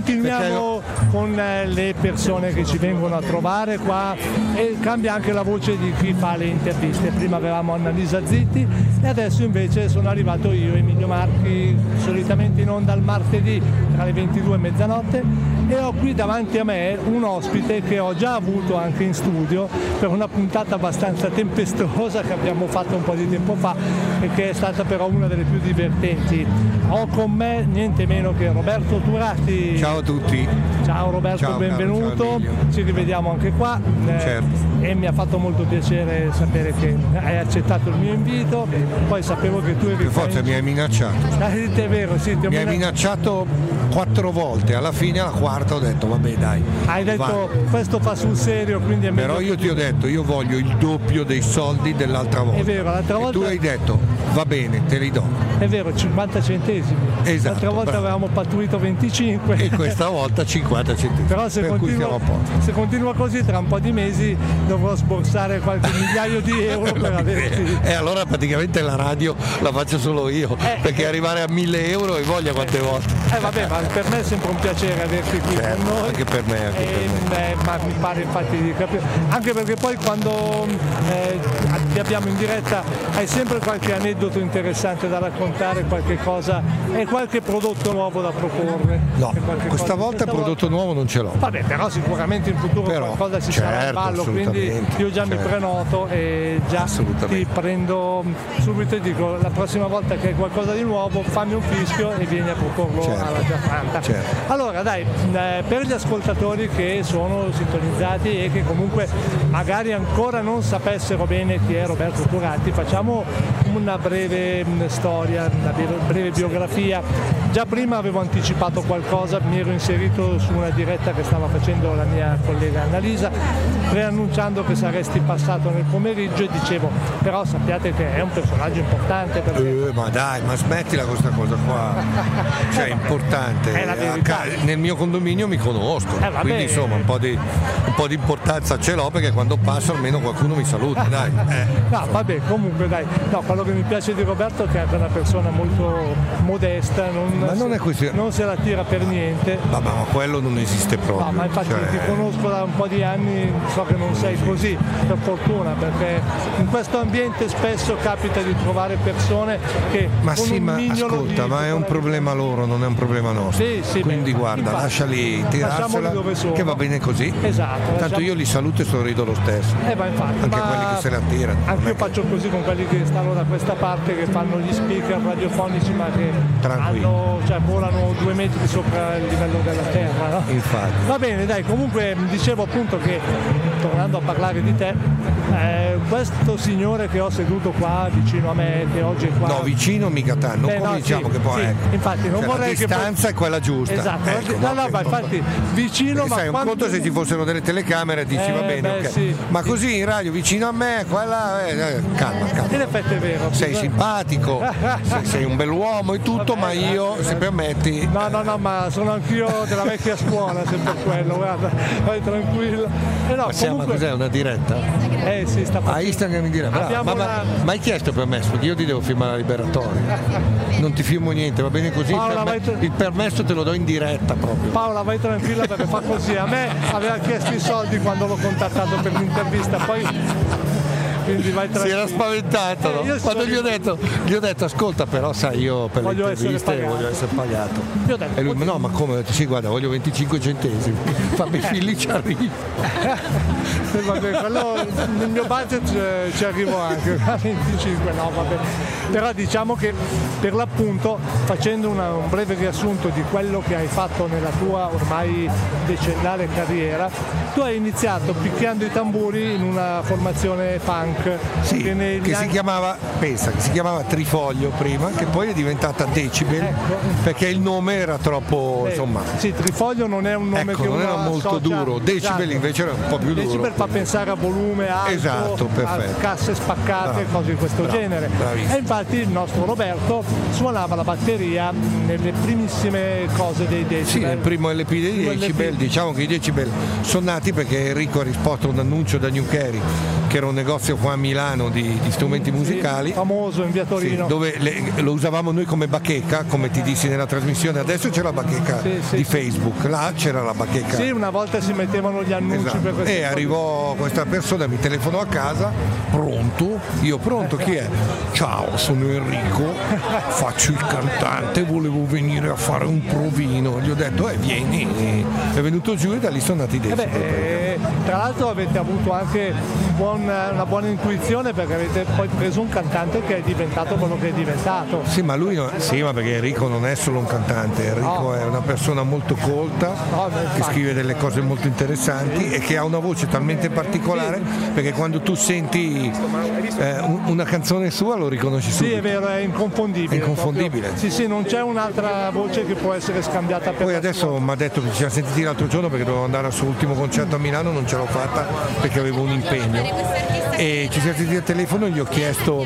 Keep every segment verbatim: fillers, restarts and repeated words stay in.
continuiamo Perché... con le persone che ci vengono a trovare qua e cambia anche la voce di chi fa le interviste. Prima avevamo Annalisa Zitti e adesso invece sono arrivato io, Emilio Marchi, solitamente in onda al martedì tra le ventidue e mezzanotte, e ho qui davanti a me un ospite che ho già avuto anche in studio per una puntata abbastanza tempestosa che abbiamo fatto un po' di tempo fa e che è stata però una delle più divertenti. Ho con me niente meno che Roberto Turati. Ciao a tutti. Ciao Roberto, ciao, benvenuto. Ciao, ci rivediamo anche qua. Certo. Eh, e mi ha fatto molto piacere sapere che hai accettato il mio invito. Poi sapevo che tu eri... Per forza in... mi hai minacciato. Eh, è vero, sì. Ti ho mi hai minacciato quattro volte, alla fine alla quarta ho detto vabbè dai. Hai detto vai. Questo fa sul serio, quindi è meglio. Però io ti ho detto io voglio il doppio dei soldi dell'altra volta. È vero, l'altra volta... E tu hai detto va bene, te li do. È vero, cinquanta centesimi. Esatto. L'altra volta bravo. Avevamo pattuito venticinque. E questa volta cinquanta centesimi. Però se, per continua, cui siamo a posto. Se continua così tra un po' di mesi dovrò sborsare qualche migliaio di euro per averti. E allora praticamente la radio la faccio solo io, eh, perché eh. arrivare a mille euro e voglia quante eh. volte. Eh vabbè, ma per me è sempre un piacere averti qui certo, con noi. Anche per me, anche e, per me. Eh, ma mi pare infatti di capire. Anche perché poi quando eh, ti abbiamo in diretta hai sempre qualche aneddoto interessante da raccontare, qualche cosa e qualche prodotto nuovo da proporre. No, questa cosa. volta questa prodotto volta... nuovo non ce l'ho. Vabbè, però sicuramente in futuro però, qualcosa ci certo, sarà in ballo, quindi io già certo. mi prenoto e già ti prendo subito e dico la prossima volta che hai qualcosa di nuovo fammi un fischio e vieni a proporlo certo. alla Giafanta. Certo. Allora dai, eh, per gli ascoltatori che sono sintonizzati e che comunque magari ancora non sapessero bene chi è Roberto Turati, facciamo una breve mh, storia, una breve biografia. Già prima avevo anticipato qualcosa, mi ero inserito su una diretta che stava facendo la mia collega Annalisa, preannunciando che saresti passato nel pomeriggio e dicevo, però sappiate che è un personaggio importante. Perché... Eh, ma dai, ma smettila questa cosa qua, cioè è importante, è la verità. Nel mio condominio mi conosco, eh, quindi insomma un po' di un po' di importanza ce l'ho perché quando passo almeno qualcuno mi saluta, dai. Eh, no, vabbè, comunque dai, no, quello che mi piace di Roberto è che è una persona molto modesta, non, ma non, è così. non se la tira per niente. Vabbè, ma quello non esiste proprio. No, ma infatti cioè... ti conosco da un po' di anni, so che non sei così, per fortuna, perché in questo ambiente spesso capita di trovare persone che ma con sì, un ma mignolo ascolta, di... ma è un problema loro, non è un problema nostro. Sì, sì, quindi beh, guarda, infatti, lasciali tirarsela, dove sono. che va bene così. Esatto. Tanto lasciamo... io li saluto e sorrido lo stesso. Eh, ma infatti, anche ma... quelli che se la tirano. Anche io che... faccio così con quelli che stanno da questa parte, che fanno gli speaker radiofonici, ma che hanno, cioè, volano due metri sopra il livello della terra, no? Infatti. Va bene, dai, comunque dicevo appunto che, tornando a parlare di te, eh, questo signore che ho seduto qua vicino a me, che oggi è qua... No, vicino mica tanto, non Beh, no, diciamo sì, che poi... sì, Ecco. infatti non cioè, vorrei la distanza che... è quella giusta. Esatto, ecco, no, no, ma infatti vicino, ma sai, un quando... conto se ci fossero delle telecamere dici eh, va bene, beh, okay. sì, ma sì. così in radio vicino a me, quella... Eh, eh, calma, calma. In effetti è vero. Sei bisogna... simpatico, sei, sei un bell'uomo e tutto, Vabbè, ma io, grazie, se permetti... No, no, no, ma sono anch'io della vecchia scuola, sempre quello, guarda, vai tranquillo. Eh no, ma siamo, comunque... cos'è, una diretta? Eh sì, sta a Instagram mi dirà, ma, ma, una... ma hai chiesto permesso? Perché io ti devo firmare la liberatoria. Non ti firmo niente, va bene così? Paola, il, perme- tra... il permesso te lo do in diretta proprio. Paola, vai tranquilla perché fa così. A me aveva chiesto i soldi quando l'ho contattato per l'intervista, poi... Quindi vai si era spaventato, eh, no? Quando gli ho, detto, gli ho detto ascolta però sai io per voglio le interviste essere voglio essere pagato. Io ho detto, e lui no ma come? Ho detto sì guarda voglio venticinque centesimi, fammi figli ci arrivo. Vabbè, quello nel mio budget ci arrivo anche a venticinque, no vabbè. Però diciamo che per l'appunto facendo una, un breve riassunto di quello che hai fatto nella tua ormai decennale carriera, tu hai iniziato picchiando i tamburi in una formazione punk. Sì, che, che anni... si chiamava, pensa, che si chiamava Trifoglio prima, che poi è diventata Decibel, ecco. Perché il nome era troppo, eh, insomma... Sì, Trifoglio non è un nome ecco, che non uno era molto associa... duro, Decibel esatto. Invece era un po' più duro. Decibel fa pensare a volume alto, esatto, a casse spaccate, bravo, cose di questo bravo, genere. Bravissimo. E infatti il nostro Roberto suonava la batteria nelle primissime cose dei Decibel. Sì, nel primo L P dei Decibel, diciamo che i Decibel sono nati perché Enrico ha risposto a un annuncio da New Carey che era un negozio qua a Milano di, di strumenti musicali, sì, famoso in via Torino, sì, dove le, lo usavamo noi come bacheca, come ti dissi nella trasmissione. Adesso c'è la bacheca sì, sì, di sì. Facebook, là c'era la bacheca. Sì, una volta si mettevano gli annunci, esatto. Per e arrivò questa persona, mi telefonò a casa, pronto? Io pronto, chi è? Ciao, sono Enrico, faccio il cantante, volevo venire a fare un provino. Gli ho detto eh vieni, è venuto giù e da lì sono nati i Decibel. Eh beh, eh, tra l'altro avete avuto anche un buon, una buona intuizione, perché avete poi preso un cantante che è diventato quello che è diventato. Sì, ma lui no, sì, ma perché Enrico non è solo un cantante, Enrico no. è una persona molto colta, no, che scrive delle cose molto interessanti sì. e che ha una voce talmente particolare sì. perché quando tu senti eh, una canzone sua lo riconosci subito. Sì, è vero, è inconfondibile. È inconfondibile. Proprio. Sì, sì, non c'è un'altra voce che può essere scambiata per Poi adesso mi ha detto che ci siamo sentiti l'altro giorno perché dovevo andare al suo ultimo concerto a Milano, non ce l'ho fatta perché avevo un impegno. E ci siamo sentiti al telefono e gli ho chiesto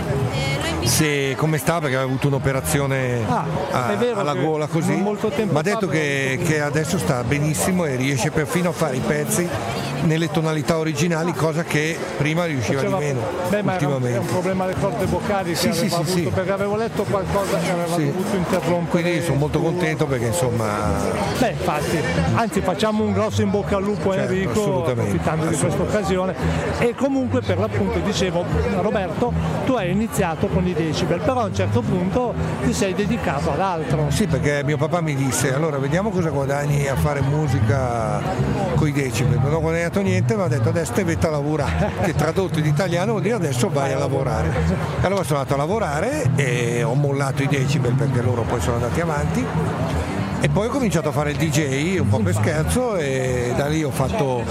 se come stava, perché aveva avuto un'operazione ah, a, alla gola così. Mi ha detto che, che adesso sta benissimo e riesce perfino a fare i pezzi nelle tonalità originali, cosa che prima riusciva Faceva, di meno. Beh, ma ultimamente. Era un problema alle corde vocali che sì, aveva sì, avuto, sì. perché avevo letto qualcosa che aveva sì. dovuto interrompere. Quindi sono molto contento perché insomma. Beh, infatti, anzi facciamo un grosso in bocca al lupo a certo, Enrico, approfittando di questa occasione. E comunque per l'appunto dicevo, Roberto, tu hai iniziato con i Decibel, però a un certo punto ti sei dedicato ad altro. Sì, perché mio papà mi disse allora vediamo cosa guadagni a fare musica con i Decibel. Non ho guadagnato niente, ma ha detto adesso te vetta a lavorare, che tradotto in italiano vuol dire adesso vai a lavorare. E allora sono andato a lavorare e ho mollato i Decibel perché loro poi sono andati avanti. E poi ho cominciato a fare il D J un po' per scherzo e da lì ho fatto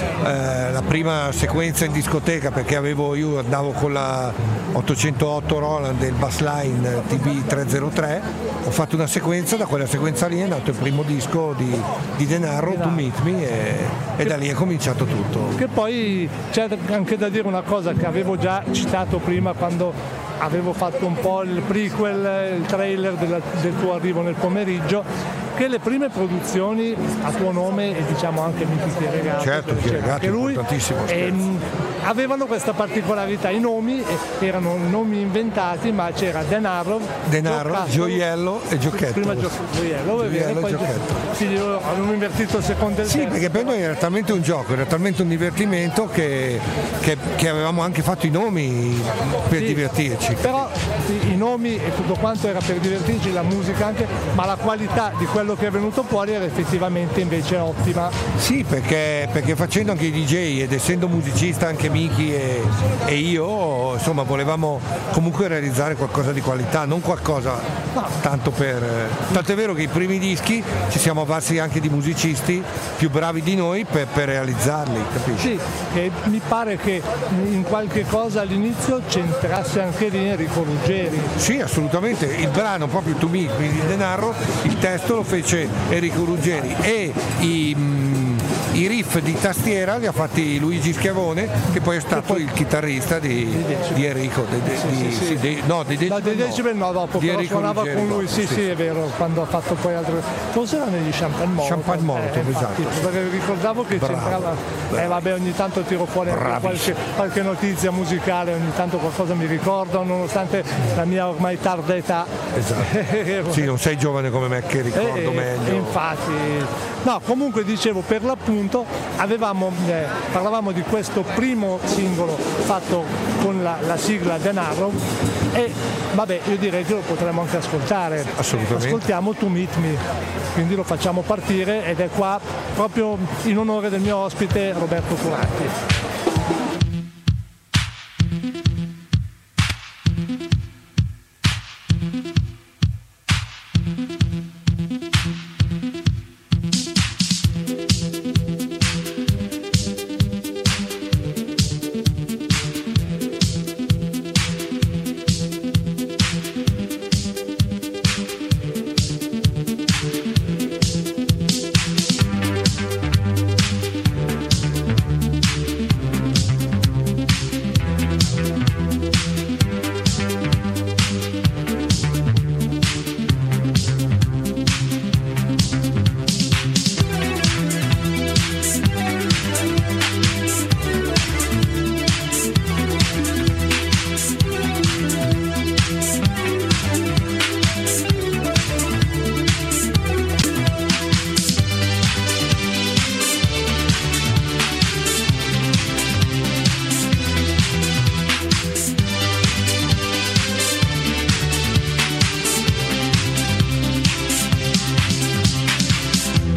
eh, la prima sequenza in discoteca, perché avevo, io andavo con la ottocentootto Roland del Bassline T B trecentotre, ho fatto una sequenza, da quella sequenza lì è nato il primo disco di, di Denaro, To Meet Me, e, e da lì è cominciato tutto. Che poi c'è anche da dire una cosa che avevo già citato prima quando avevo fatto un po' il prequel, il trailer della, del tuo arrivo nel pomeriggio, che le prime produzioni a tuo nome e diciamo anche Miki Chieregati, certo, Chieregati è importantissimo, ehm, avevano questa particolarità, i nomi erano nomi inventati, ma c'era Denaro, Denaro, Giocattolo, Gioiello e Giochetto. Prima gio- Gioiello, Gioiello poi e Giochetto. Sì, avevano invertito il secondo e il sì, terzo. perché per noi era talmente un gioco, era talmente un divertimento che, che, che avevamo anche fatto i nomi per sì, divertirci. Però i, i nomi e tutto quanto era per divertirci, la musica anche, ma la qualità di quello che è venuto fuori era effettivamente invece ottima. Sì, perché, perché facendo anche i D J ed essendo musicista anche Miki e, e io, insomma, volevamo comunque realizzare qualcosa di qualità, non qualcosa no. tanto per... Tanto è vero che i primi dischi ci siamo avvalsi anche di musicisti più bravi di noi per, per realizzarli, capisci? Sì, e mi pare che in qualche cosa all'inizio c'entrasse anche lì Enrico Ruggeri. Sì, assolutamente, il brano proprio To Me, quindi Denaro, il testo lo fece Enrico Ruggeri e i, mh, i riff di tastiera li ha fatti Luigi Schiavone, che poi è stato poi il chitarrista di, di Enrico, de, de, sì, di, sì, sì. De, no, di no, Decibel, Decibel no, dopo, di però suonava Ruggeri, con lui, sì, sì, sì, è vero, quando ha fatto poi altre, forse era negli Champagne Molotov, Champagne Molotov, eh, esatto, infatti, perché ricordavo che bravo, c'entrava, bravo. eh vabbè, ogni tanto tiro fuori anche qualche, qualche notizia musicale, ogni tanto qualcosa mi ricordo, nonostante la mia ormai tarda età. Esatto. Sì, non sei giovane come me che ricordo eh, meglio. Infatti, no, comunque dicevo, per l'appunto avevamo, eh, parlavamo di questo primo singolo fatto con la, la sigla Denaro e vabbè, io direi che lo potremmo anche ascoltare. Assolutamente. Ascoltiamo To Meet Me, quindi lo facciamo partire ed è qua proprio in onore del mio ospite Roberto Curatti.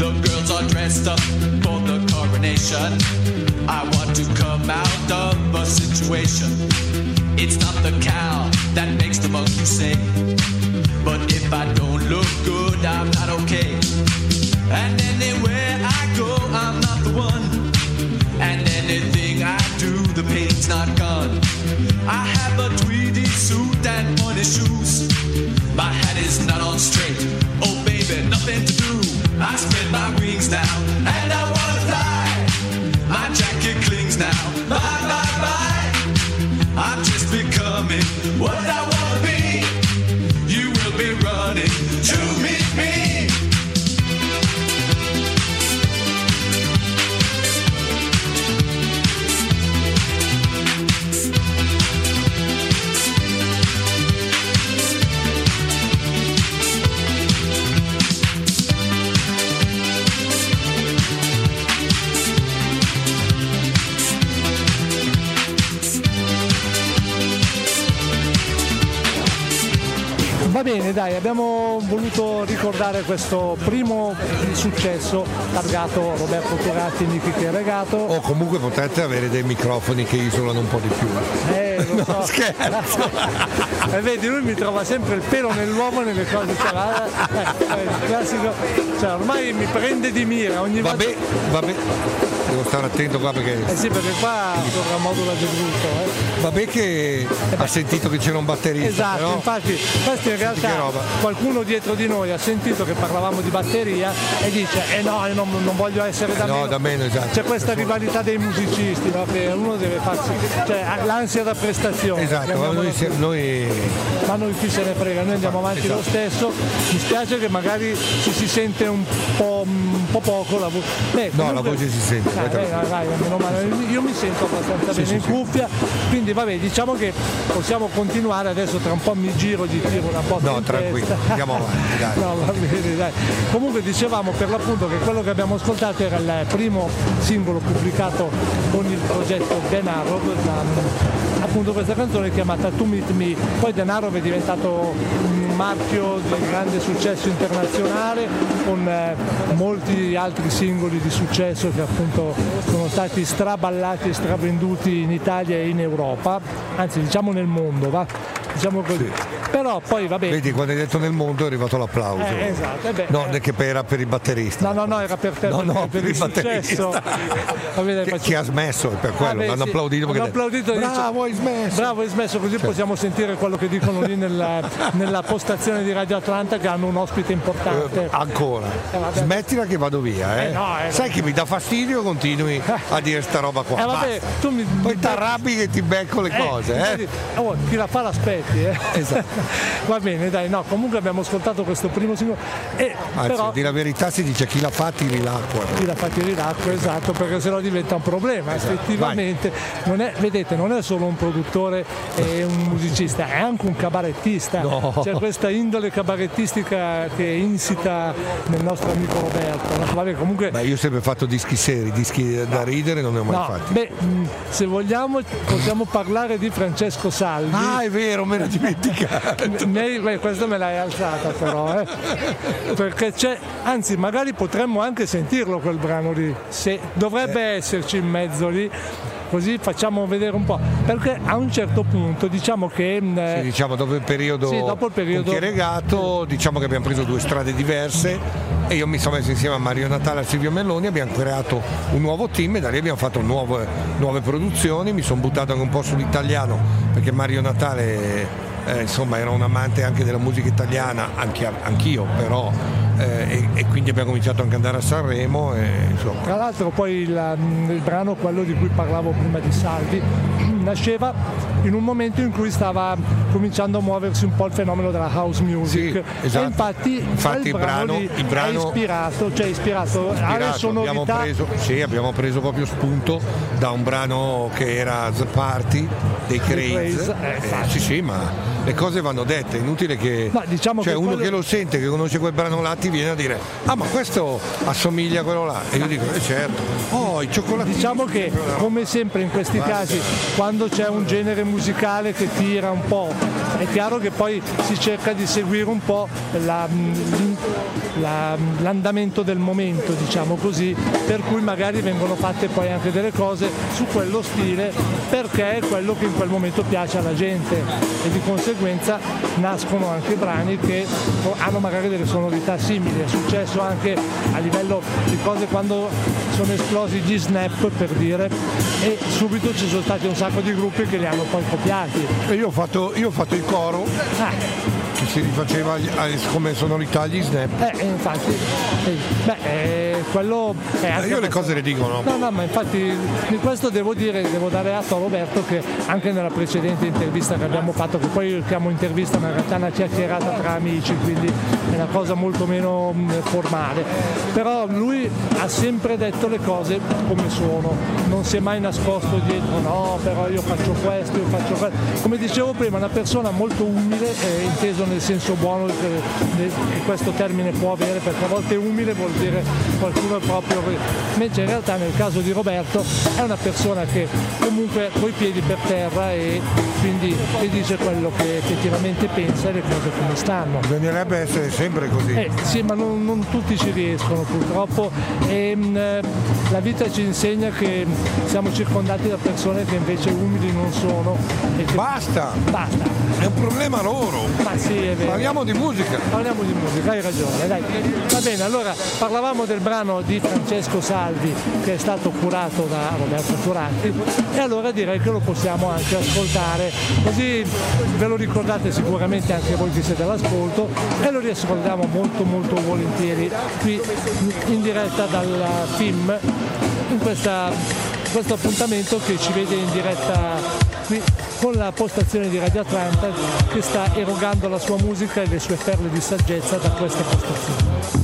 The girls are dressed up for the coronation. I want to come out of a situation. It's not the cow that makes the monkey sing, but if I don't look good, I'm not okay. And anywhere I go, I'm not the one. And anything I do, the pain's not gone. I have a tweedy suit and pointy shoes. My hat is not on straight. Oh baby, nothing to do. I spread my wings now, and I wanna fly. My jacket clings now. Bye, bye, bye. I'm just becoming what I wanna be. You will be running to meet me. Va bene, dai, abbiamo voluto ricordare questo primo successo targato Roberto Turati e Nicky Regato. O comunque potete avere dei microfoni che isolano un po' di più. Eh, lo no, so. Scherzo. E vedi, lui mi trova sempre il pelo nell'uovo nelle cose, cioè, eh, il classico, cioè ormai mi prende di mira ogni volta. Vabbè, vabbè, devo stare attento qua perché. Eh sì, perché qua sopra modula di brutto. Eh. Vabbè che ha sentito che c'era un batterista. Esatto, no? infatti questo in realtà qualcuno dietro di noi ha sentito che parlavamo di batteria e dice eh no, io non, non voglio essere da no, meno. da meno, esatto. C'è questa rivalità dei musicisti, no? Che uno deve farsi, cioè l'ansia da prestazione. Esatto, ma noi, se, noi... ma noi chi se ne frega, noi andiamo avanti esatto. Lo stesso. Mi spiace che magari ci si sente un po', un po' poco la voce. Beh, no, comunque... la voce si sente. Dai, dai, dai, dai, meno male. Io mi sento abbastanza sì, bene sì, in cuffia, sì. Quindi vabbè, diciamo che possiamo continuare adesso, tra un po' mi giro, gli tiro una botta no, in tranquillo, testa. Andiamo avanti, dai. No, va bene, dai. Comunque dicevamo per l'appunto che quello che abbiamo ascoltato era il primo singolo pubblicato con il progetto Denaro, appunto questa canzone chiamata To Meet Me. Poi Denaro è diventato un marchio di grande successo internazionale con eh, molti altri singoli di successo che appunto sono stati straballati e stravenduti in Italia e in Europa, anzi diciamo nel mondo, va? Diciamo così. Sì. Però poi vabbè. Vedi, quando hai detto nel mondo è arrivato l'applauso. Eh, esatto. Eh beh, no, eh. che era per il batterista. No, no, no, era per te, no, per, no, per, per il, il successo. Vabbè, che, chi ha smesso è per quello, vabbè, l'hanno sì. applaudito perché hanno applaudito, bravo, hai smesso. Bravo, hai smesso, così cioè. Possiamo sentire quello che dicono lì nella, nella postazione di Radio Atlanta che hanno un ospite importante. Eh, ancora. Eh, Smettila che vado via, eh. Eh, no, eh, sai che mi dà fastidio, continui a dire sta roba qua. Eh, vabbè, tu mi, poi mi ti arrabbi che ti becco le eh, cose, eh. Oh, chi la fa l'aspetti, eh. Esatto. Va bene, dai, no, comunque abbiamo ascoltato questo primo singolo. E, Anzi, però, di la verità si dice chi la fa tiri l'acqua. Chi la fa tiri l'acqua, esatto, perché sennò diventa un problema. Esatto. Effettivamente, non è, vedete, non è solo un produttore e un musicista, è anche un cabarettista. No. C'è questa indole cabarettistica che è insita nel nostro amico Roberto. No? Vabbè, comunque... Beh, io ho sempre fatto dischi seri, dischi da ridere non ne ho mai no, fatti. Beh, se vogliamo possiamo parlare di Francesco Salvi. Ah, è vero, me l'ho dimenticato. Beh, questa me l'hai alzata però, eh? Perché c'è, anzi magari potremmo anche sentirlo quel brano lì, se dovrebbe eh. esserci in mezzo lì, così facciamo vedere un po', perché a un certo punto diciamo che sì, diciamo dopo il periodo, sì, dopo il periodo con Chieregato, diciamo che abbiamo preso due strade diverse e io mi sono messo insieme a Mario Natale e a Silvio Melloni, abbiamo creato un nuovo team e da lì abbiamo fatto nuove, nuove produzioni, mi sono buttato anche un po' sull'italiano perché Mario Natale Eh, insomma era un amante anche della musica italiana, anche, anch'io però, eh, e, e quindi abbiamo cominciato anche ad andare a Sanremo. E, insomma. Tra l'altro poi il, il brano, quello di cui parlavo prima di Salvi, nasceva in un momento in cui stava cominciando a muoversi un po' il fenomeno della house music. Sì, esatto. E infatti, infatti il brano, il brano è ispirato, cioè ispirato, ispirato alle sonorità. Abbiamo preso, sì, abbiamo preso proprio spunto da un brano che era The Party dei Craze. Eh, eh, sì, sì, ma le cose vanno dette, è inutile che, no, diciamo cioè che uno quello... che lo sente, che conosce quel brano là ti viene a dire ah ma questo assomiglia a quello là e io dico eh certo, oh i cioccolatini. Diciamo che come sempre in questi casi quando c'è un genere musicale che tira un po' È chiaro che poi si cerca di seguire un po' la, la, l'andamento del momento, diciamo così, per cui magari vengono fatte poi anche delle cose su quello stile perché è quello che in quel momento piace alla gente e di conseguenza nascono anche brani che hanno magari delle sonorità simili. È successo anche a livello di cose quando sono esplosi gli Snap, per dire, e subito ci sono stati un sacco di gruppi che li hanno poi copiati. E io ho fatto, io ho fatto il coro ah. che si rifaceva come sonorità agli Snap. Eh, infatti, eh, beh, eh, quello è anche io le cose le dico, no? No, no, ma infatti di questo devo dire, devo dare atto a Roberto che anche nella precedente intervista che abbiamo fatto, che poi io chiamo intervista ma in realtà è una chiacchierata tra amici, quindi è una cosa molto meno mh, formale, però lui ha sempre detto le cose come sono, non si è mai nascosto dietro, no, però io faccio questo, io faccio questo. Come dicevo prima, una persona molto umile, eh, inteso nel senso buono che, che questo termine può avere, perché a volte umile vuol dire qualcuno proprio, invece in realtà nel caso di Roberto è una persona che comunque coi piedi per terra e quindi ti dice quello che effettivamente pensa e le cose come stanno. Bisognerebbe essere sempre così. Eh, sì, ma non, non tutti ci riescono purtroppo e mh, la vita ci insegna che siamo circondati da persone che invece umili non sono. E che... Basta! Basta! È un problema loro! Ma sì, è vero. Parliamo di musica! Parliamo di musica, hai ragione, dai. Va bene, allora parlavamo del brano di Francesco Salvi che è stato curato da Roberto Turati e allora direi che lo possiamo anche ascoltare, così ve lo ricordate sicuramente anche voi che siete all'ascolto e lo riascoltiamo molto molto volentieri qui in diretta dal film in questa, questo appuntamento che ci vede in diretta qui con la postazione di Radio Atlanta che sta erogando la sua musica e le sue perle di saggezza da questa postazione.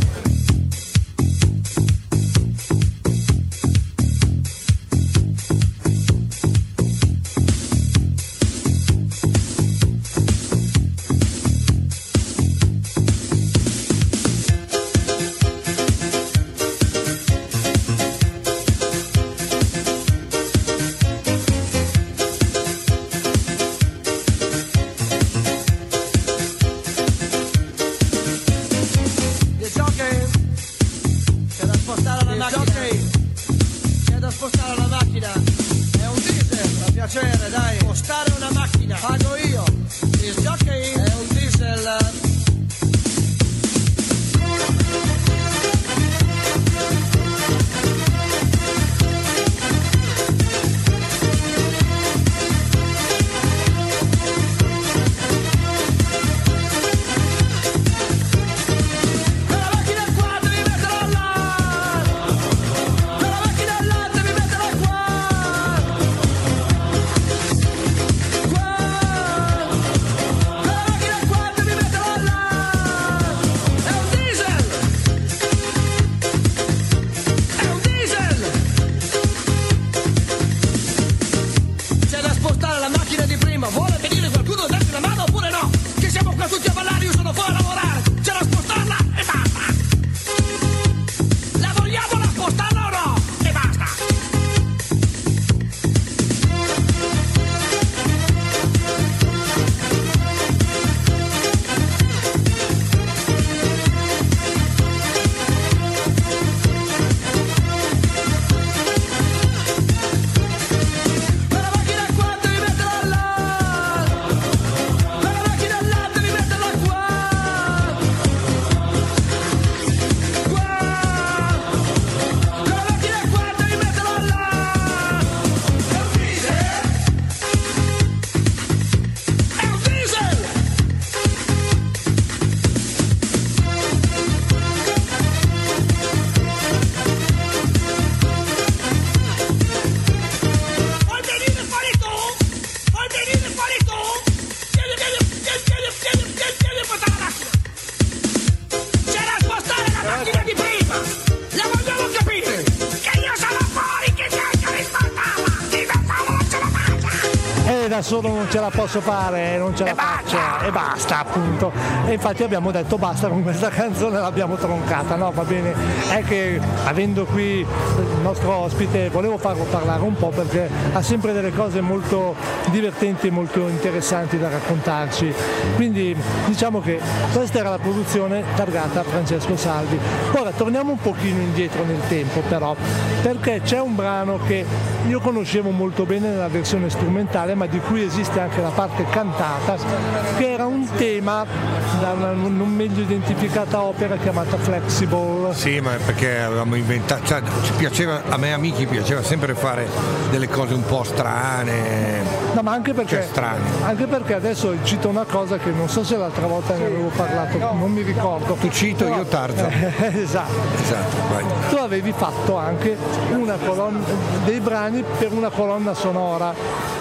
da solo non ce la posso fare, non ce la E faccio basta! e basta appunto, e infatti abbiamo detto basta con questa canzone, l'abbiamo troncata. No, va bene, è che avendo qui il nostro ospite volevo farlo parlare un po' perché ha sempre delle cose molto divertenti e molto interessanti da raccontarci, quindi diciamo che questa era la produzione targata Francesco Salvi. Ora torniamo un pochino indietro nel tempo però, perché c'è un brano che io conoscevo molto bene nella versione strumentale, ma di cui esiste anche la parte cantata, che era un tema da una non meglio identificata opera chiamata Flexible. Sì, ma perché avevamo inventato, cioè, ci piaceva, a me e a Miki piaceva sempre fare delle cose un po' strane. No, ma anche perché, Cioè, strane. anche perché adesso cito una cosa che non so se l'altra volta ne avevo parlato, non mi ricordo. Tu cito, Però- io Tarzan. esatto. Esatto, vai. Tu avevi fatto anche una colonna, dei brani per una colonna sonora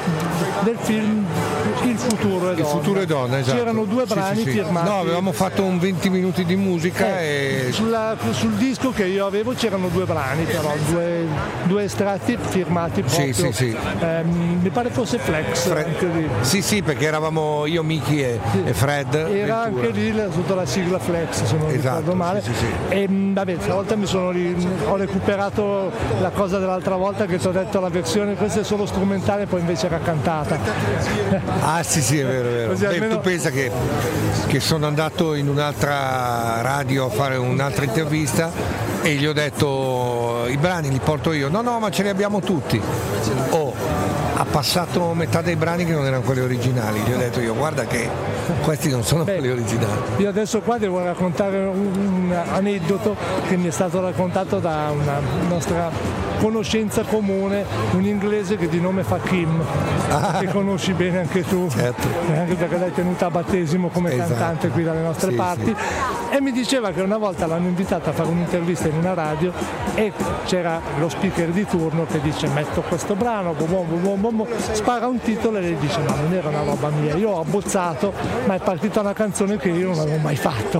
del film Il futuro è Il donna. futuro è donna, esatto. C'erano due Sì, brani sì, sì. firmati. No, avevamo fatto un venti minuti di musica Eh, e sulla- sul disco che io avevo c'erano due brani, però due, due estratti firmati proprio. Sì, sì, sì. Ehm, mi pare fosse Flex. Fred- anche lì. Sì, sì, perché eravamo io, Miki e, e Fred. Era Ventura. anche lì la- sotto la sigla Flex, se non Esatto, ricordo male. sì, sì, sì. E mh, vabbè, stavolta mi sono ri- ho recuperato la cosa dell'altra volta che ti ho detto la versione, questa è solo strumentale, poi invece era cantata. Ah sì sì, è vero, è vero. Così Beh, almeno- tu pensa che, che sono andato in un'altra radio a fare un'altra intervista e gli ho detto i brani li porto io. No, no, ma ce li abbiamo tutti. Oh, ha passato metà dei brani che non erano quelli originali. Gli ho detto io, guarda che questi non sono Beh, quelli originali. Io adesso qua devo raccontare un, un aneddoto che mi è stato raccontato da una nostra conoscenza comune, un inglese che di nome fa Kim, che conosci bene anche tu, Certo. anche perché l'hai tenuta a battesimo come Esatto. cantante qui dalle nostre Sì, parti, e mi diceva che una volta l'hanno invitata a fare un'intervista in una radio e c'era lo speaker di turno che dice metto questo brano, bom, bom, bom, bom, bom, spara un titolo e lei dice no, non era una roba mia, io ho abbozzato, ma è partita una canzone che io non avevo mai fatto.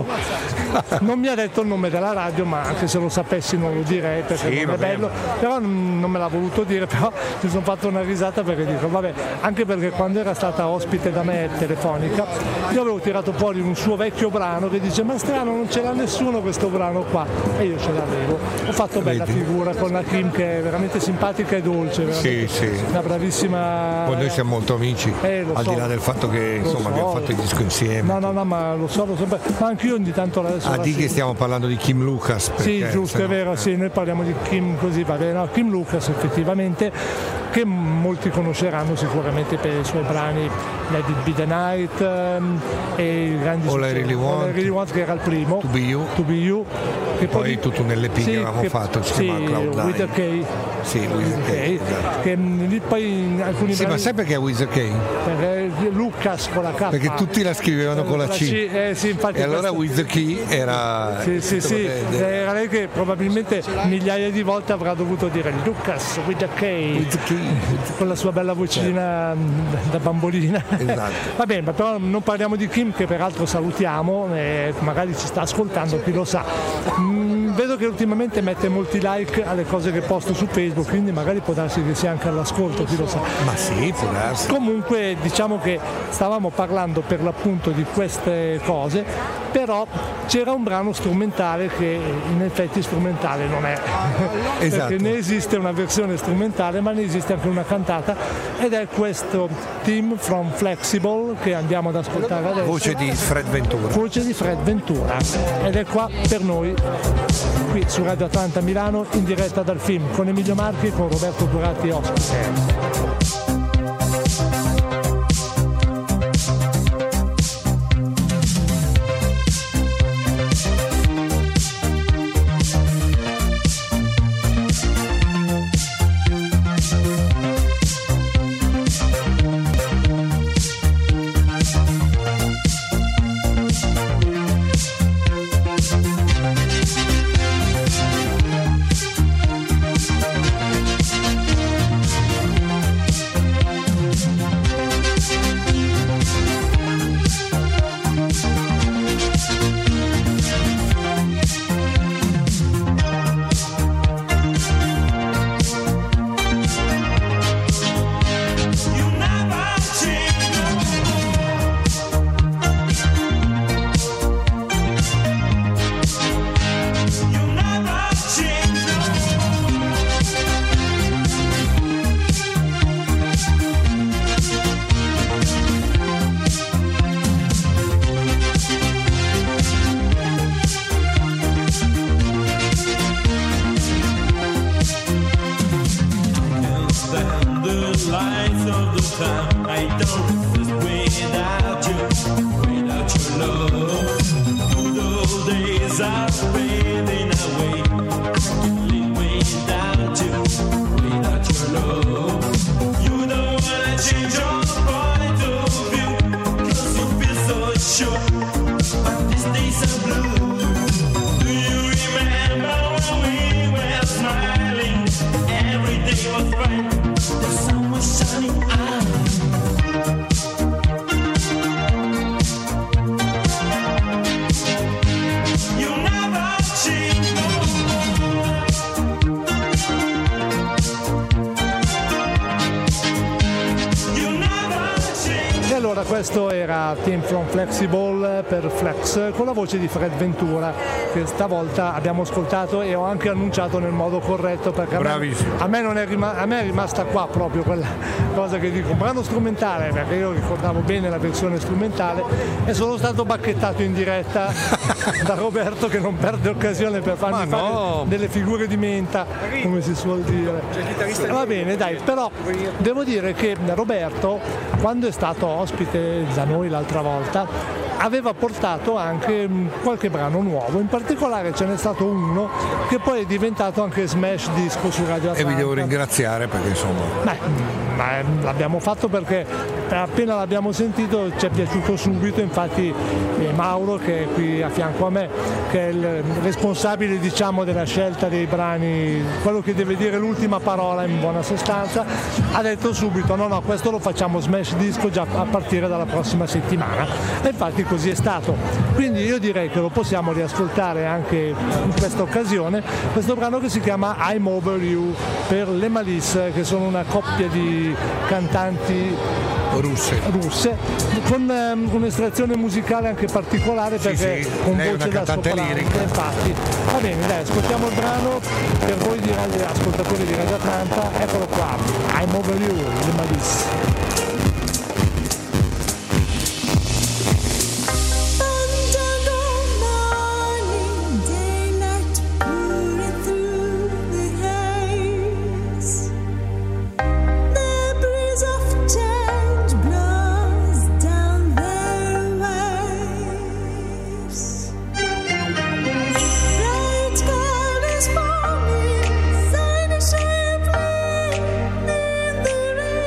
Non mi ha detto il nome della radio, ma anche se lo sapessi non lo direi perché Sì, non è vabbè, bello, però non non me l'ha voluto dire, però mi sono fatto una risata perché dico vabbè, anche perché quando era stata ospite da me telefonica io avevo tirato fuori un suo vecchio brano che dice ma strano non ce l'ha nessuno questo brano qua, e io ce l'avevo, ho fatto bella Vedi? figura con la Kim che è veramente simpatica e dolce, veramente Sì, sì. una bravissima. Poi noi siamo molto amici, Eh, lo al so. di là del fatto che Lo insomma so. abbiamo fatto il disco insieme. No, no, no, ma lo so, lo so, ma anche io ogni tanto adesso Ah, la di che sento. stiamo parlando di Kim Lucas. Sì, perché, giusto, se è no- vero, sì, noi parliamo di Kim così, va bene, no, Kim Lucas effettivamente, che molti conosceranno sicuramente per i suoi brani Let It Be The Night ehm, e i grandi All I successi. Really All I Want, Really Want, che era il primo, To Be You. To Be You, che Poi tutto un L P che avevamo fatto, si sì, chiama Cloud Nine. With a K, Sì, With a K, esatto. che mh, lì poi in alcuni Sì, ma brani sai perché è With a K? perché Lucas con la K, Perché tutti la scrivevano con la C. eh, sì, infatti E allora questo- With the Key era... Sì, sì, sì, era lei che probabilmente migliaia di volte avrà dovuto dire Lucas with a K, With the Key. con la sua bella vocina mh, da bambolina. Esatto. Va bene, ma però non parliamo di Kim, che peraltro salutiamo, e magari ci sta ascoltando, chi lo sa. Mm, vedo che ultimamente mette molti like alle cose che posto su Facebook, quindi magari può darsi che sia anche all'ascolto, chi lo sa. Ma sì, può darsi. Comunque diciamo che stavamo parlando per l'appunto di queste cose, però c'era un brano strumentale che in effetti strumentale non è, Esatto. perché ne esiste una versione strumentale ma ne esiste anche una cantata, ed è questo Team from Flexible che andiamo ad ascoltare adesso. Voce di Fred Ventura. Voce di Fred Ventura, ed è qua per noi qui su Radio Atlanta Milano in diretta dal film con Emilio Marchi e con Roberto Durati ospite. Allora, questo era Team from Flexible per Flex con la voce di Fred Ventura, che stavolta abbiamo ascoltato e ho anche annunciato nel modo corretto, perché a me, a me, non è rima- a me è rimasta qua proprio quella cosa che dico, un brano strumentale, perché io ricordavo bene la versione strumentale e sono stato bacchettato in diretta da Roberto, che non perde occasione per farmi Ma fare no. delle figure di menta, come si suol dire. Va bene, dai, però devo dire che Roberto, quando è stato ospite da noi l'altra volta, aveva portato anche qualche brano nuovo, in particolare ce n'è stato uno che poi è diventato anche Smash Disco su Radio Atlanta. E vi devo ringraziare perché insomma... Beh, ma l'abbiamo fatto perché appena l'abbiamo sentito ci è piaciuto subito, infatti eh, Mauro, che è qui a fianco a me, che è il responsabile, diciamo, della scelta dei brani, quello che deve dire l'ultima parola in buona sostanza, ha detto subito no no, questo lo facciamo Smash Disco già a partire dalla prossima settimana, e infatti così è stato. Quindi io direi che lo possiamo riascoltare anche in questa occasione, questo brano che si chiama I'm Over You per le Malice, che sono una coppia di cantanti russe, russe con um, un'estrazione musicale anche particolare, perché sì, sì. con Lei è voce una da cantante soprano. lirica. Infatti, va bene, dai, ascoltiamo il brano per voi di radio, ascoltatori di Radio Atlanta. Eccolo qua, I'm Over You, le Malice. Sunshine playing in the rain.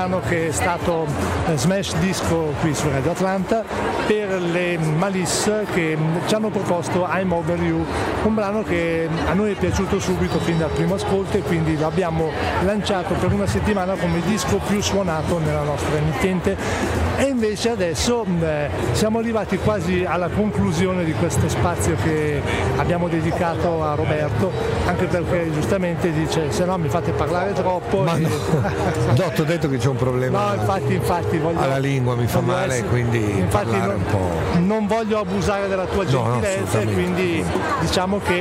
brano che è stato eh, Smash Disco qui su Radio Atlanta per le Malice, che ci hanno proposto I'm Over You, un brano che a noi è piaciuto subito fin dal primo ascolto e quindi l'abbiamo lanciato per una settimana come disco più suonato nella nostra emittente. E invece adesso eh, siamo arrivati quasi alla conclusione di questo spazio che abbiamo dedicato a Roberto, anche perché giustamente dice se no mi fate parlare troppo. Ma e... no, Dotto, ho detto che c'è un problema. No, infatti, infatti voglio, alla lingua, mi fa male, essere, quindi infatti parlare non, un po'. Non voglio abusare della tua gentilezza, no, no, e quindi diciamo che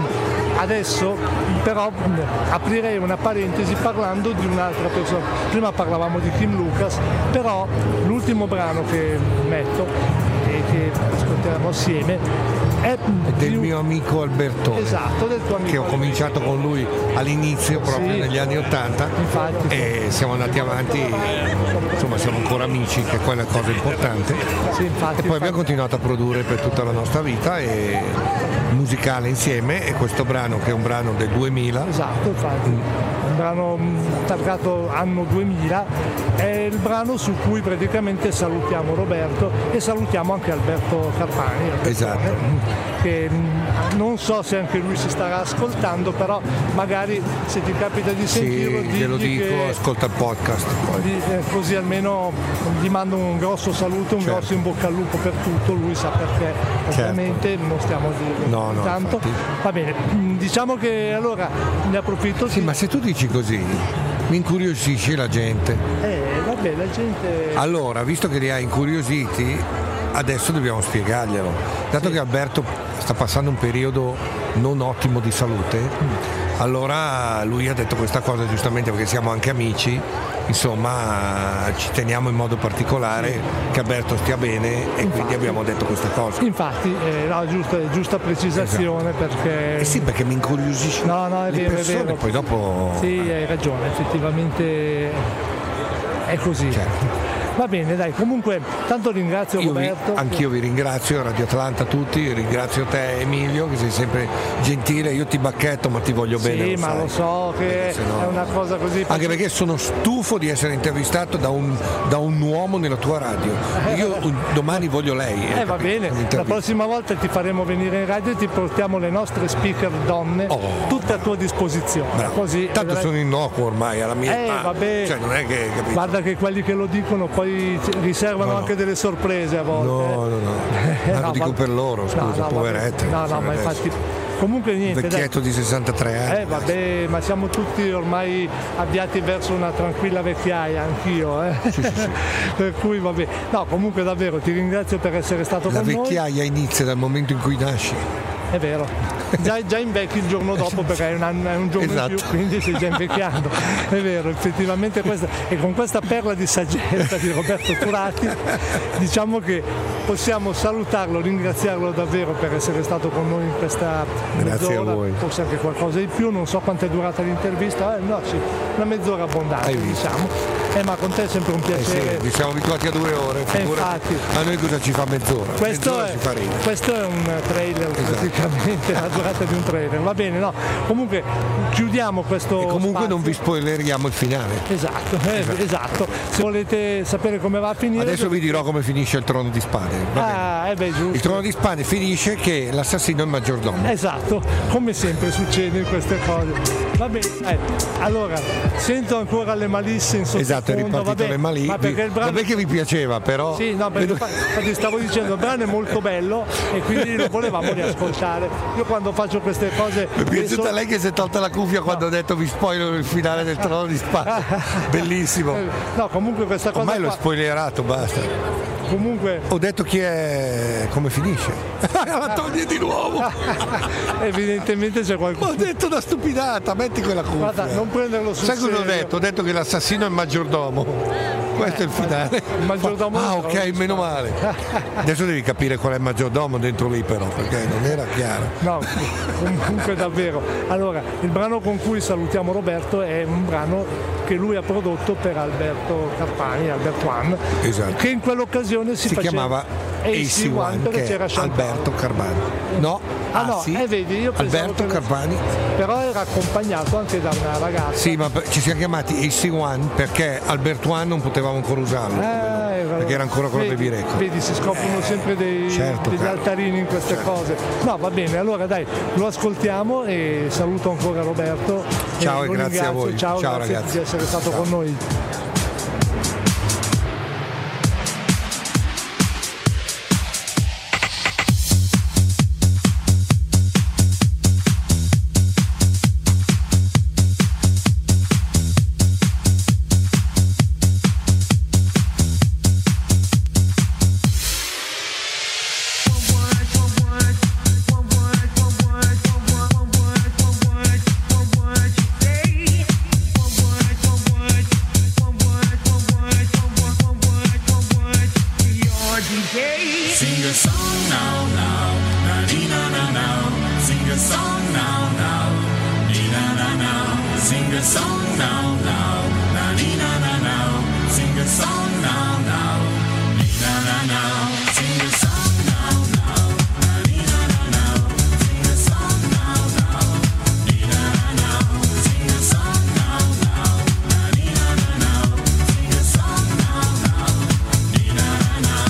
adesso però aprirei una parentesi parlando di un'altra persona. Prima parlavamo di Kim Lucas, però l'ultimo brano che metto e che ascolteremo assieme è del di un... mio amico Albertone. Esatto, del tuo amico che ho cominciato con lui all'inizio, proprio sì, negli anni Ottanta, e siamo andati avanti, insomma siamo ancora amici, che è quella cosa importante. Sì, infatti, e poi infatti. abbiamo continuato a produrre per tutta la nostra vita e musicale insieme, e questo brano che è un brano del duemila. Esatto, infatti. Mm. Un brano targato anno duemila, è il brano su cui praticamente salutiamo Roberto e salutiamo anche Alberto Carpani. Alberto, esatto. Che non so se anche lui si starà ascoltando, però magari se ti capita di sentirlo, sì, glielo dico, che, ascolta il podcast poi. Di, eh, così almeno gli mando un grosso saluto, un certo. grosso in bocca al lupo per tutto, lui sa perché, ovviamente certo. Non stiamo a dirlo no, no, tanto. Infatti. Va bene, diciamo che allora ne approfitto. Sì, ti... ma se tu dici così mi incuriosisce la gente. Eh, vabbè, la gente... Allora, visto che li ha incuriositi, adesso dobbiamo spiegarglielo. Dato sì. che Alberto sta passando un periodo non ottimo di salute, mm. allora lui ha detto questa cosa giustamente perché siamo anche amici, insomma ci teniamo in modo particolare sì. che Alberto stia bene e infatti. Quindi abbiamo detto questa cosa. Infatti, eh, no, giusta, giusta precisazione esatto. perché... Eh sì, perché mi incuriosisce no, no, è le vero, persone, è vero. Poi dopo... Sì, hai ragione, effettivamente è così. Certo. Va bene, dai, comunque tanto ringrazio Io Roberto. Vi, anch'io vi ringrazio, Radio Atlanta tutti, ringrazio te Emilio che sei sempre gentile, io ti bacchetto ma ti voglio sì, bene. Sì, ma sai. Lo so che no... è una cosa così. Anche perché sono stufo di essere intervistato da un, da un uomo nella tua radio. Io un, domani voglio lei. Eh, eh va bene, la prossima volta ti faremo venire in radio e ti portiamo le nostre speaker donne, oh. tutte a tua disposizione. Così, tanto vedrai... sono innocuo ormai alla mia eh, età. Vabbè. Cioè, non è che, capito? Guarda che quelli che lo dicono poi riservano no, anche no. delle sorprese a volte. No, no, no. Ma no, lo dico va... per loro, scusa, no, no, poverette. No, no, ma infatti. Comunque niente. Un vecchietto dai. di sessantatré anni. Eh vabbè, ma siamo tutti ormai avviati verso una tranquilla vecchiaia, anch'io, eh. Sì, sì, sì. Per cui vabbè. No, comunque davvero ti ringrazio per essere stato La con noi. La vecchiaia inizia dal momento in cui nasci. È vero, già, già invecchi il giorno dopo perché è un, anno, è un giorno esatto. in più, quindi stai già invecchiando. È vero, effettivamente questa, e con questa perla di saggezza di Roberto Turati diciamo che possiamo salutarlo, ringraziarlo davvero per essere stato con noi in questa Grazie mezz'ora, a voi. Forse anche qualcosa di più, non so quanto è durata l'intervista, eh, no, sì, una mezz'ora abbondante diciamo. Eh, ma con te è sempre un piacere. Eh sì, siamo abituati a due ore, eh, infatti. A noi cosa ci fa mezz'ora? Questo, mezz'ora è, ci fa ridere. questo è un trailer esatto. praticamente, la durata di un trailer, va bene, no? Comunque chiudiamo questo e comunque spazio. Non vi spoileriamo il finale. Esatto, eh, esatto, esatto. Se volete sapere come va a finire. Adesso vi dirò come finisce il Trono di Spade. Ah, eh beh, giusto. Il Trono di Spade finisce che l'assassino è il maggiordomo. Esatto, come sempre succede in queste cose. Va bene, eh, allora sento ancora le malisse in sottofondo. Esatto, è ripartito le malì. Ma perché il brano... Vabbè che vi piaceva, però. Sì, no, perché infatti stavo dicendo il brano è molto bello e quindi lo volevamo riascoltare. Io quando faccio queste cose. Mi è piaciuta so... lei che si è tolta la cuffia no. quando ho detto vi spoilerò il finale del Trono di Spade. Bellissimo. No, comunque questa cosa. Ormai qua... l'ho spoilerato, basta. Comunque ho detto chi è come finisce. La toglie di nuovo. Evidentemente c'è qualcosa. Ho detto una stupidata, metti quella cuffia. Guarda, non prenderlo sul Sai cosa serio. ho detto? Ho detto che l'assassino è il maggiordomo. Questo eh, è il finale. Il maggiordomo. Ah, ok, meno male. Adesso devi capire qual è il maggiordomo dentro lì però, perché non era chiaro. No, comunque davvero. Allora, il brano con cui salutiamo Roberto è un brano che lui ha prodotto per Alberto Carpani, Albert One, esatto. che in quell'occasione si, si faceva... chiamava A C uno, perché che c'era è Alberto Carbani. No, ah no, sì, eh, vedi, io pensavo Alberto che- Carbani. però era accompagnato anche da una ragazza. Sì, ma per- ci siamo chiamati A C uno perché Alberto One non potevamo ancora usarlo, Eh, perché era ancora con la vedi, Baby Record. Vedi, si scoprono sempre dei, Certo, degli caro. altarini in queste cose. No, va bene, allora dai, lo ascoltiamo e saluto ancora Roberto. Ciao e lo grazie a ringrazio. voi. Ciao, Ciao, grazie ragazzi. di essere stato Ciao. con noi. Sing a song now, now, na dee na na now. Sing a song now, now, dee na na now. Sing a song now, now, na dee na na now. Sing a song now, now, dee na na now. Sing a song now, now, na dee na na now. Sing a song now, now, dee na na now. Sing a song now, now, na dee na na now. Sing a song now, now, dee na na now.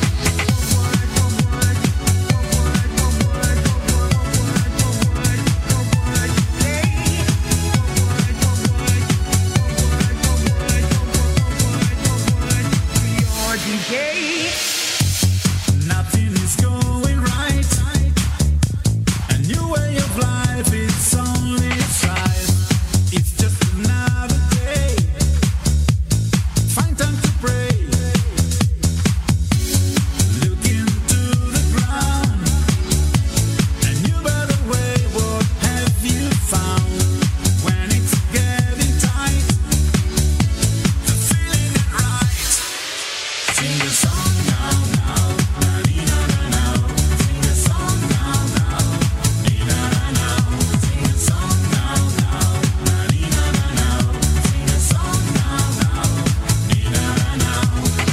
Nothing is going right. A new way of life, it's only right. It's just another day. Find time to pray. Look into the ground. A new better way, what have you found? When it's getting tight, the feeling is right. Sing a song now, now, na dee na na now. Sing a song now, now, dee na na now. Sing a song now, now, na dee na na now. Sing a song now, now, dee na na now.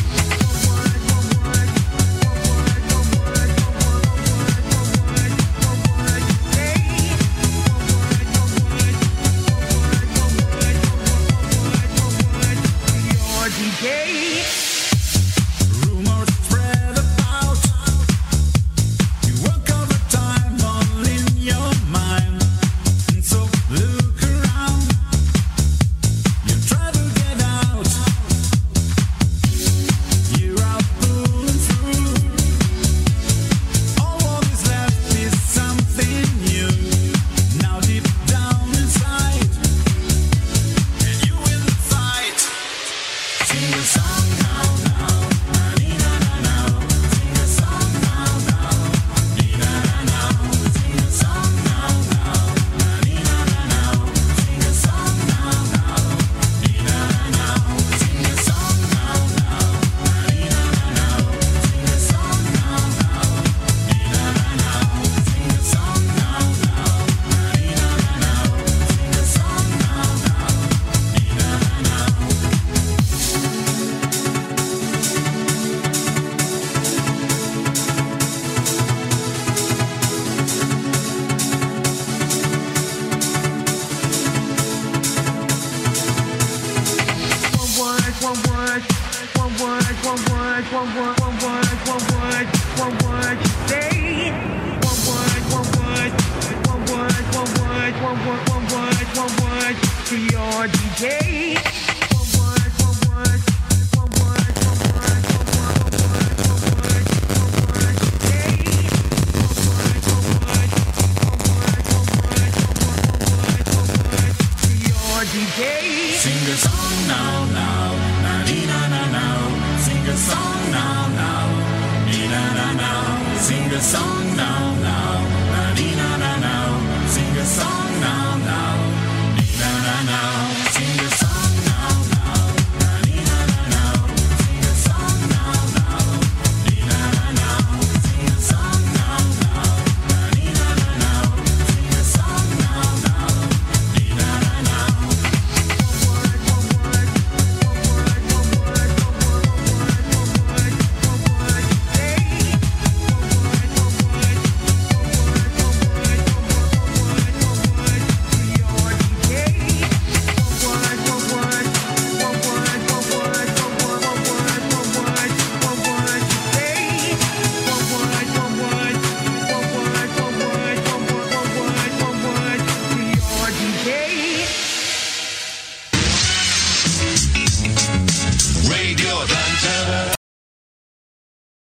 Rumors spread about. You work overtime all in your mind. And so look around. You try to get out. You're out pulling through. All what is left is something new. Now deep down inside, and you will fight. Sing a song now, now, na dee na na now. Sing a song now, now, dee na na now. Sing a song now, now, na dee na na now. Sing a song now, now, dee na na now. Sing a song now, now, na dee na na now. Sing a song now, now, dee na na now. Sing a song now, now, na dee na na now. Sing a song now, now, dee na na now. Sing a song now, now, na dee na na now. Sing a song now, now, dee na na now. Sing a song